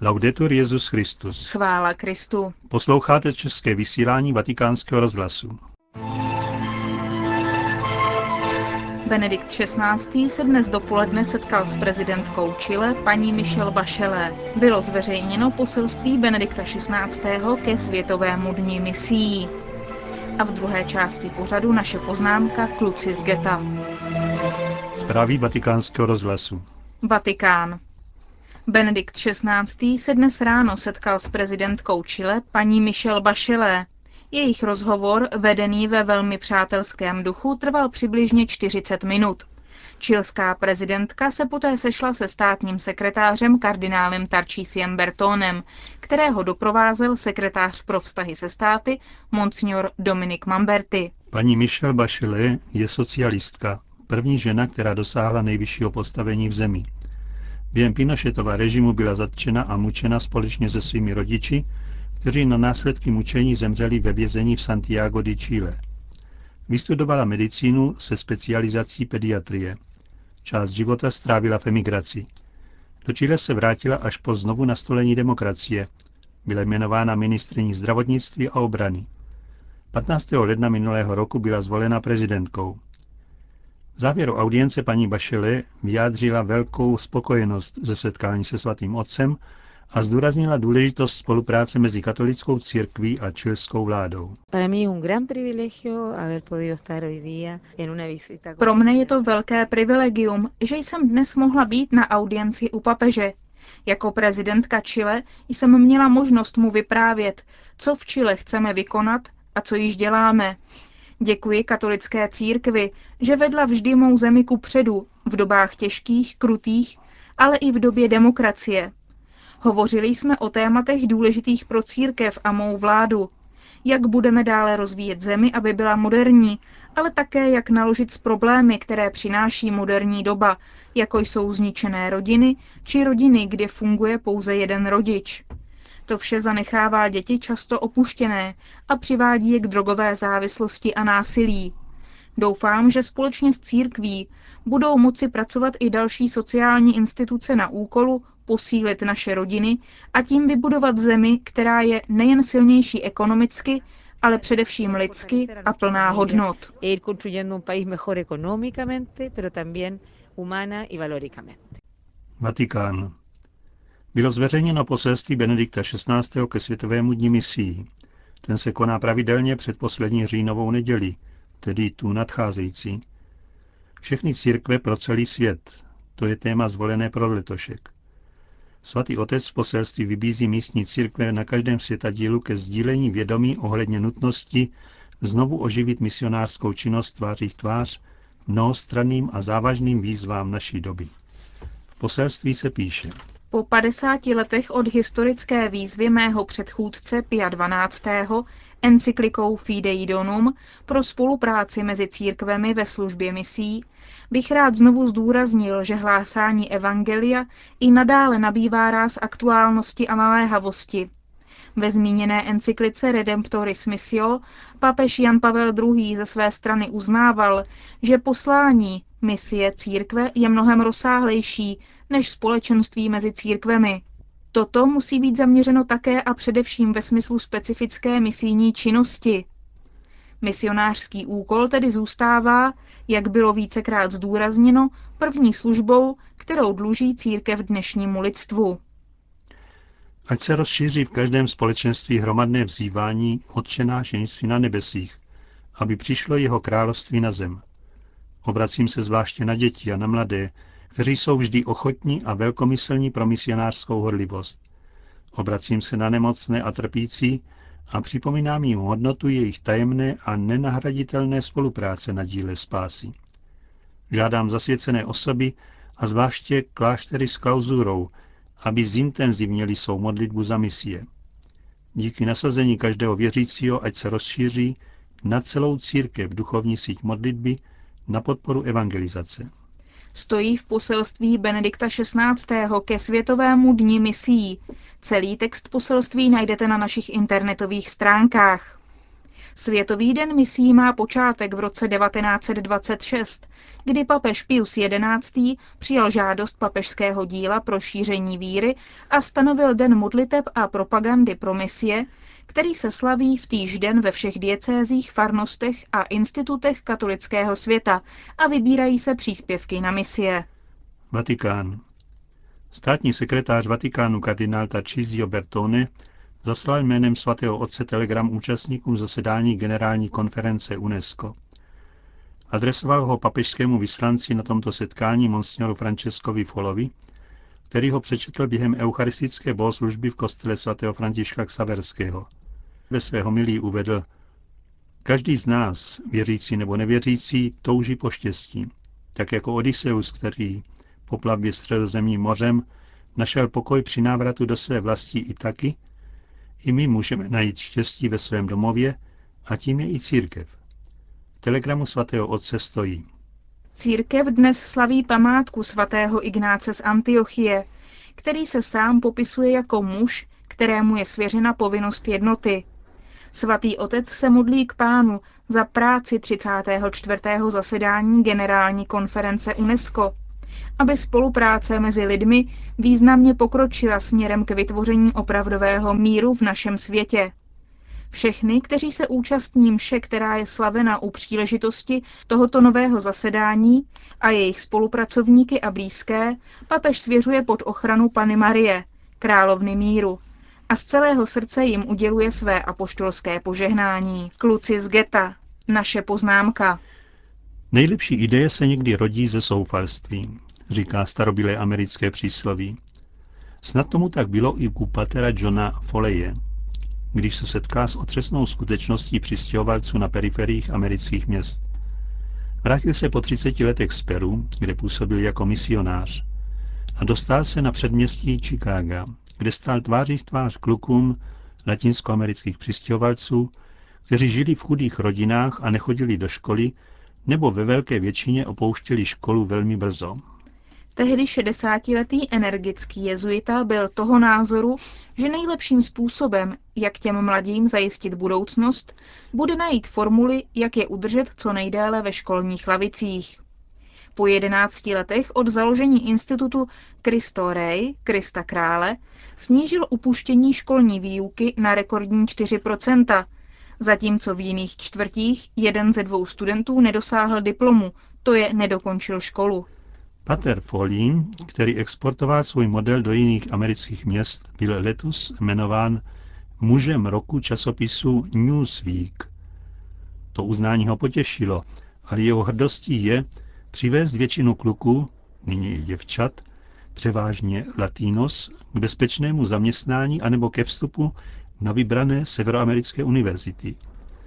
Laudetur Jesus Christus. Chvála Kristu. Posloucháte české vysílání Vatikánského rozhlasu. Benedikt XVI. Se dnes dopoledne setkal s prezidentkou Chile, paní Michelle Bachelet. Bylo zveřejněno poselství Benedikta XVI. Ke Světovému dni misií. A v druhé části pořadu naše poznámka Kluci z geta. Zprávy Vatikánského rozhlasu. Vatikán. Benedikt XVI. Se dnes ráno setkal s prezidentkou Chile, paní Michelle Bachelet. Jejich rozhovor, vedený ve velmi přátelském duchu, trval přibližně 40 minut. Chilská prezidentka se poté sešla se státním sekretářem kardinálem Tarcísiem Bertónem, kterého doprovázel sekretář pro vztahy se státy Monsignor Dominic Mamberti. Paní Michelle Bachelet je socialistka, první žena, která dosáhla nejvyššího postavení v zemi. Během Pinochetova režimu byla zatčena a mučena společně se svými rodiči, kteří na následky mučení zemřeli ve vězení v Santiago de Chile. Vystudovala medicínu se specializací pediatrie. Část života strávila v emigraci. Do Chile se vrátila až po znovu nastolení demokracie. Byla jmenována ministryní zdravotnictví a obrany. 15. ledna minulého roku byla zvolena prezidentkou. V závěru audience paní Bachelet vyjádřila velkou spokojenost ze setkání se svatým otcem a zdůraznila důležitost spolupráce mezi katolickou církví a chilskou vládou. Pro mne je to velké privilegium, že jsem dnes mohla být na audienci u papeže. Jako prezidentka Chile jsem měla možnost mu vyprávět, co v Chile chceme vykonat a co již děláme. Děkuji katolické církvi, že vedla vždy mou zemi kupředu, v dobách těžkých, krutých, ale i v době demokracie. Hovořili jsme o tématech důležitých pro církev a mou vládu. Jak budeme dále rozvíjet zemi, aby byla moderní, ale také jak naložit s problémy, které přináší moderní doba, jako jsou zničené rodiny či rodiny, kde funguje pouze jeden rodič. To vše zanechává děti často opuštěné a přivádí je k drogové závislosti a násilí. Doufám, že společně s církví budou moci pracovat i další sociální instituce na úkolu posílit naše rodiny a tím vybudovat zemi, která je nejen silnější ekonomicky, ale především lidsky a plná hodnot. Vatikán. Bylo zveřejněno poselství Benedikta XVI. Ke Světovému dni misií. Ten se koná pravidelně před poslední říjnovou neděli, tedy tu nadcházející. Všechny církve pro celý svět, to je téma zvolené pro letošek. Svatý otec v poselství vybízí místní církve na každém světadílu ke sdílení vědomí ohledně nutnosti znovu oživit misionářskou činnost tváří v tvář mnohostranným a závažným výzvám naší doby. V poselství se píše: Po 50 letech od historické výzvy mého předchůdce Pia XII. Encyklikou Fidei Donum pro spolupráci mezi církvemi ve službě misí bych rád znovu zdůraznil, že hlásání evangelia i nadále nabývá ráz aktuálnosti a naléhavosti. Ve zmíněné encyklice Redemptoris Missio papež Jan Pavel II. Ze své strany uznával, že poslání misie církve je mnohem rozsáhlejší než společenství mezi církvemi. Toto musí být zaměřeno také a především ve smyslu specifické misijní činnosti. Misionářský úkol tedy zůstává, jak bylo vícekrát zdůrazněno, první službou, kterou dluží církev dnešnímu lidstvu. Ať se rozšíří v každém společenství hromadné vzývání Otče náš jenžsi na nebesích, aby přišlo jeho království na zem. Obracím se zvláště na děti a na mladé, kteří jsou vždy ochotní a velkomyslní pro misionářskou horlivost. Obracím se na nemocné a trpící a připomínám jim hodnotu jejich tajemné a nenahraditelné spolupráce na díle spásy. Žádám zasvěcené osoby a zvláště kláštery s klauzurou, aby zintenzivnili svou modlitbu za misie. Díky nasazení každého věřícího, ať se rozšíří na celou církev duchovní síť modlitby na podporu evangelizace. Stojí v poselství Benedikta XVI. Ke Světovému dni misií. Celý text poselství najdete na našich internetových stránkách. Světový den misí má počátek v roce 1926, kdy papež Pius XI. Přijal žádost papežského díla pro šíření víry a stanovil den modliteb a propagandy pro misie, který se slaví v týž den ve všech diecézích, farnostech a institutech katolického světa a vybírají se příspěvky na misie. Vatikán. Státní sekretář Vatikánu kardinál Tarcisio Bertone zaslal jménem svatého otce telegram účastníkům zasedání Generální konference UNESCO. Adresoval ho papežskému vyslanci na tomto setkání monsignoru Francescovi Folovi, který ho přečetl během eucharistické bohoslužby v kostele svatého Františka Xaverského. Ve své homilii uvedl: Každý z nás, věřící nebo nevěřící, touží po štěstí, tak jako Odysseus, který po plavbě Středozemním mořem našel pokoj při návratu do své vlasti Itaky, i my můžeme najít štěstí ve svém domově a tím je i církev. V telegramu svatého otce stojí: Církev dnes slaví památku svatého Ignáce z Antiochie, který se sám popisuje jako muž, kterému je svěřena povinnost jednoty. Svatý otec se modlí k Pánu za práci 34. zasedání Generální konference UNESCO, aby spolupráce mezi lidmi významně pokročila směrem k vytvoření opravdového míru v našem světě. Všechny, kteří se účastní mše, která je slavena u příležitosti tohoto nového zasedání, a jejich spolupracovníky a blízké, papež svěřuje pod ochranu Panny Marie, královny míru, a z celého srdce jim uděluje své apoštolské požehnání. Kluci z geta, naše poznámka. Nejlepší ideje se někdy rodí ze zoufalství, říká starobylé americké přísloví. Snad tomu tak bylo i u patera Johna Foleye, když se setká s otřesnou skutečností přistěhovalců na periferiích amerických měst. Vrátil se po 30 letech z Peru, kde působil jako misionář, a dostal se na předměstí Chicaga, kde stál tváří v tvář klukům latinskoamerických přistěhovalců, kteří žili v chudých rodinách a nechodili do školy, nebo ve velké většině opouštěli školu velmi brzo. Tehdy 60letý energický jezuita byl toho názoru, že nejlepším způsobem, jak těm mladým zajistit budoucnost, bude najít formuli, jak je udržet co nejdéle ve školních lavicích. Po 11 letech od založení institutu Cristo Rey, Krista krále, snížil upuštění školní výuky na rekordní 4%, zatímco v jiných čtvrtích 1 ze 2 studentů nedosáhl diplomu, to je nedokončil školu. Pater Foley, který exportoval svůj model do jiných amerických měst, byl letos jmenován mužem roku časopisu Newsweek. To uznání ho potěšilo, ale jeho hrdostí je přivést většinu kluků, nyní i děvčat, převážně latinos, k bezpečnému zaměstnání anebo ke vstupu na vybrané severoamerické univerzity.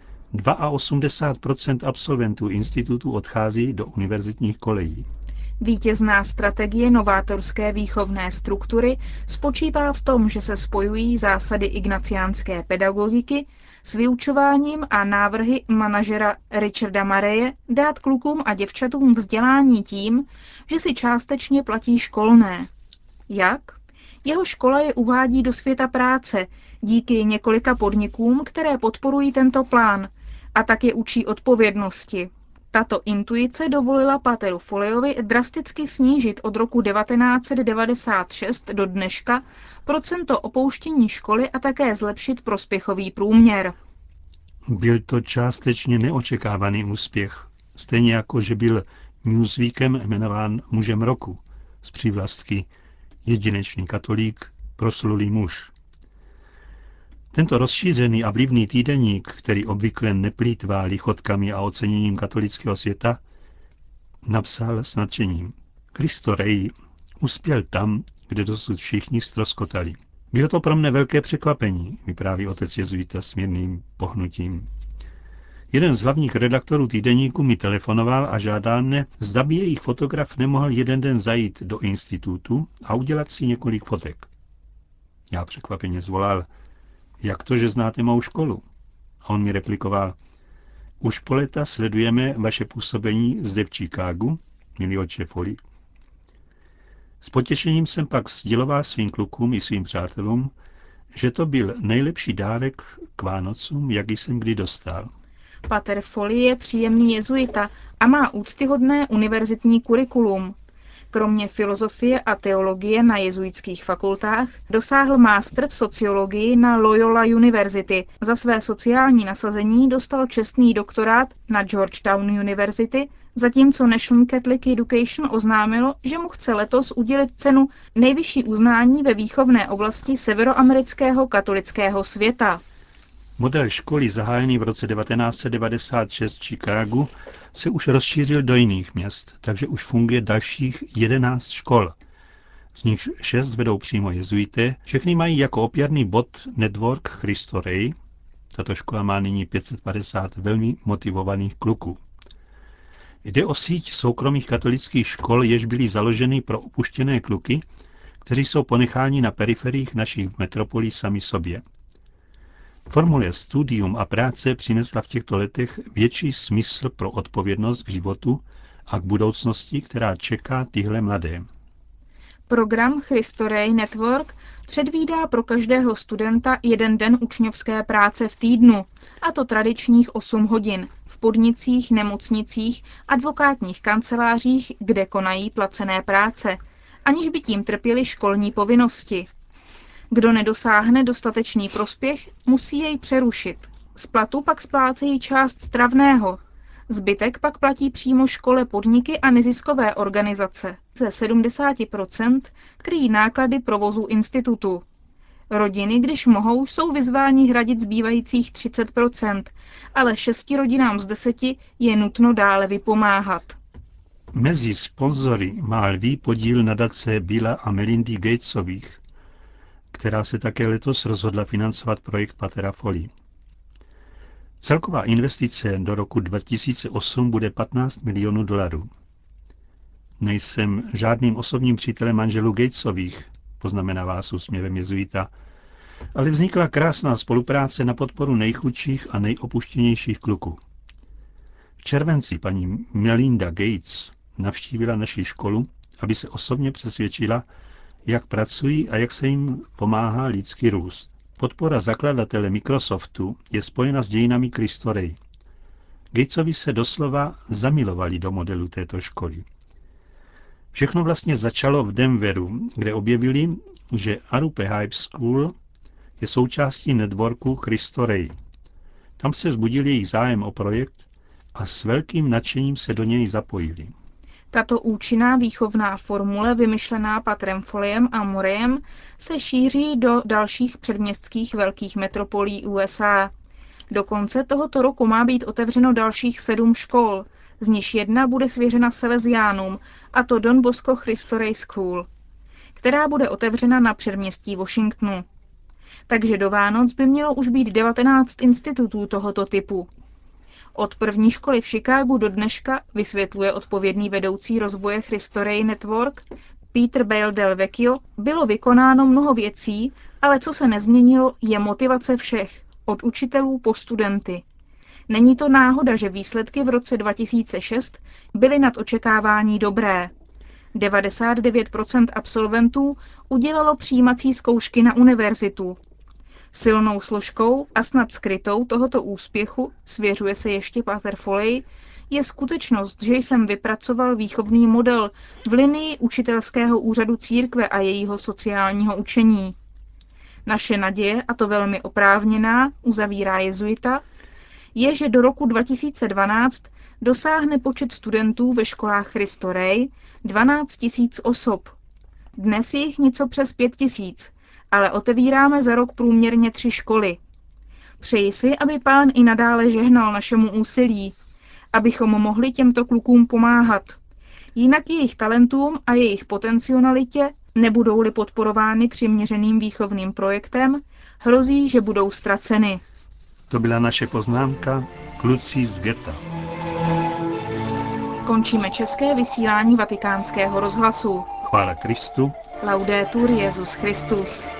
82% absolventů institutu odchází do univerzitních kolejí. Vítězná strategie novátorské výchovné struktury spočívá v tom, že se spojují zásady ignaciánské pedagogiky s vyučováním a návrhy manažera Richarda Mareje dát klukům a děvčatům vzdělání tím, že si částečně platí školné. Jak? Jeho škola je uvádí do světa práce díky několika podnikům, které podporují tento plán, a tak je učí odpovědnosti. Tato intuice dovolila pateru Foleyovi drasticky snížit od roku 1996 do dneška procento opouštění školy a také zlepšit prospěchový průměr. Byl to částečně neočekávaný úspěch, stejně jako že byl Newsweekem jmenován mužem roku z přívlastky jedinečný katolík, proslulý muž. Tento rozšířený a vlivný týdeník, který obvykle neplýtvá lichotkami a oceněním katolického světa, napsal s nadšením: Cristo Rey uspěl tam, kde dosud všichni ztroskotali. Bylo to pro mne velké překvapení, vypráví otec jezuita s mírným pohnutím. Jeden z hlavních redaktorů týdeníku mi telefonoval a žádal mne, zda by jejich fotograf nemohl jeden den zajít do institutu a udělat si několik fotek. Já překvapeně zvolal: jak to, že znáte mou školu? A on mi replikoval: už po léta sledujeme vaše působení zde v Chicagu, milý otče Foley. S potěšením jsem pak sděloval svým klukům i svým přátelům, že to byl nejlepší dárek k Vánocům, jaký jsem kdy dostal. Pater Foley je příjemný jezuita a má úctyhodné univerzitní kurikulum. Kromě filozofie a teologie na jezuitských fakultách dosáhl mástr v sociologii na Loyola University. Za své sociální nasazení dostal čestný doktorát na Georgetown University, zatímco National Catholic Education oznámilo, že mu chce letos udělit cenu nejvyšší uznání ve výchovné oblasti severoamerického katolického světa. Model školy zahájený v roce 1996 v Chicagu se už rozšířil do jiných měst, takže už funguje dalších 11 škol. Z nich 6 vedou přímo jezuité, všechny mají jako opěrný bod Network Cristo Rey. Tato škola má nyní 550 velmi motivovaných kluků. Jde o síť soukromých katolických škol, jež byly založeny pro opuštěné kluky, kteří jsou ponecháni na periferiích našich metropolí sami sobě. Formule studium a práce přinesla v těchto letech větší smysl pro odpovědnost k životu a k budoucnosti, která čeká tyhle mladé. Program Cristo Rey Network předvídá pro každého studenta jeden den učňovské práce v týdnu, a to tradičních 8 hodin, v podnicích, nemocnicích, advokátních kancelářích, kde konají placené práce, aniž by tím trpěli školní povinnosti. Kdo nedosáhne dostatečný prospěch, musí jej přerušit. Z platu pak splácejí část stravného. Zbytek pak platí přímo škole, podniky a neziskové organizace. Ze 70% kryjí náklady provozu institutu. Rodiny, když mohou, jsou vyzváni hradit zbývajících 30%, ale 6 rodinám z 10 je nutno dále vypomáhat. Mezi sponzory má lví podíl nadace Billa a Melindy Gatesových, která se také letos rozhodla financovat projekt Patera Foley. Celková investice do roku 2008 bude 15 milionů dolarů. Nejsem žádným osobním přítelem manželů Gatesových, poznamenává s úsměvem jezuita, ale vznikla krásná spolupráce na podporu nejchudších a nejopuštěnějších kluků. V červenci paní Melinda Gates navštívila naši školu, aby se osobně přesvědčila, jak pracují a jak se jim pomáhá lidský růst. Podpora zakladatele Microsoftu je spojena s dějinami Cristo Rey. Gatesovi se doslova zamilovali do modelu této školy. Všechno vlastně začalo v Denveru, kde objevili, že Arupe High School je součástí networku Cristo Rey. Tam se vzbudil jejich zájem o projekt a s velkým nadšením se do něj zapojili. Tato účinná výchovná formule, vymyšlená Patrem Foleyem a Murrayem, se šíří do dalších předměstských velkých metropolí USA. Do konce tohoto roku má být otevřeno dalších 7 škol, z nichž jedna bude svěřena Salesiánům, a to Don Bosco Cristo Rey School, která bude otevřena na předměstí Washingtonu. Takže do Vánoc by mělo už být 19 institutů tohoto typu. Od první školy v Chicagu do dneška, vysvětluje odpovědný vedoucí rozvoje Cristo Rey Network Peter Bale del Vecchio, bylo vykonáno mnoho věcí, ale co se nezměnilo, je motivace všech, od učitelů po studenty. Není to náhoda, že výsledky v roce 2006 byly nad očekávání dobré. 99% absolventů udělalo přijímací zkoušky na univerzitu. Silnou složkou a snad skrytou tohoto úspěchu, svěřuje se ještě Pater Foley, je skutečnost, že jsem vypracoval výchovný model v linii učitelského úřadu církve a jejího sociálního učení. Naše naděje, a to velmi oprávněná, uzavírá jezuita, je, že do roku 2012 dosáhne počet studentů ve školách Cristo Rey 12 000 osob. Dnes je jich něco přes 5 000, ale otevíráme za rok průměrně 3 školy. Přeji si, aby Pán i nadále žehnal našemu úsilí, abychom mohli těmto klukům pomáhat. Jinak jejich talentům a jejich potencialitě, nebudou-li podporovány přiměřeným výchovným projektem, hrozí, že budou ztraceny. To byla naše poznámka Kluci z geta. Končíme české vysílání Vatikánského rozhlasu. Chvála Kristu. Laudetur Jesus Christus.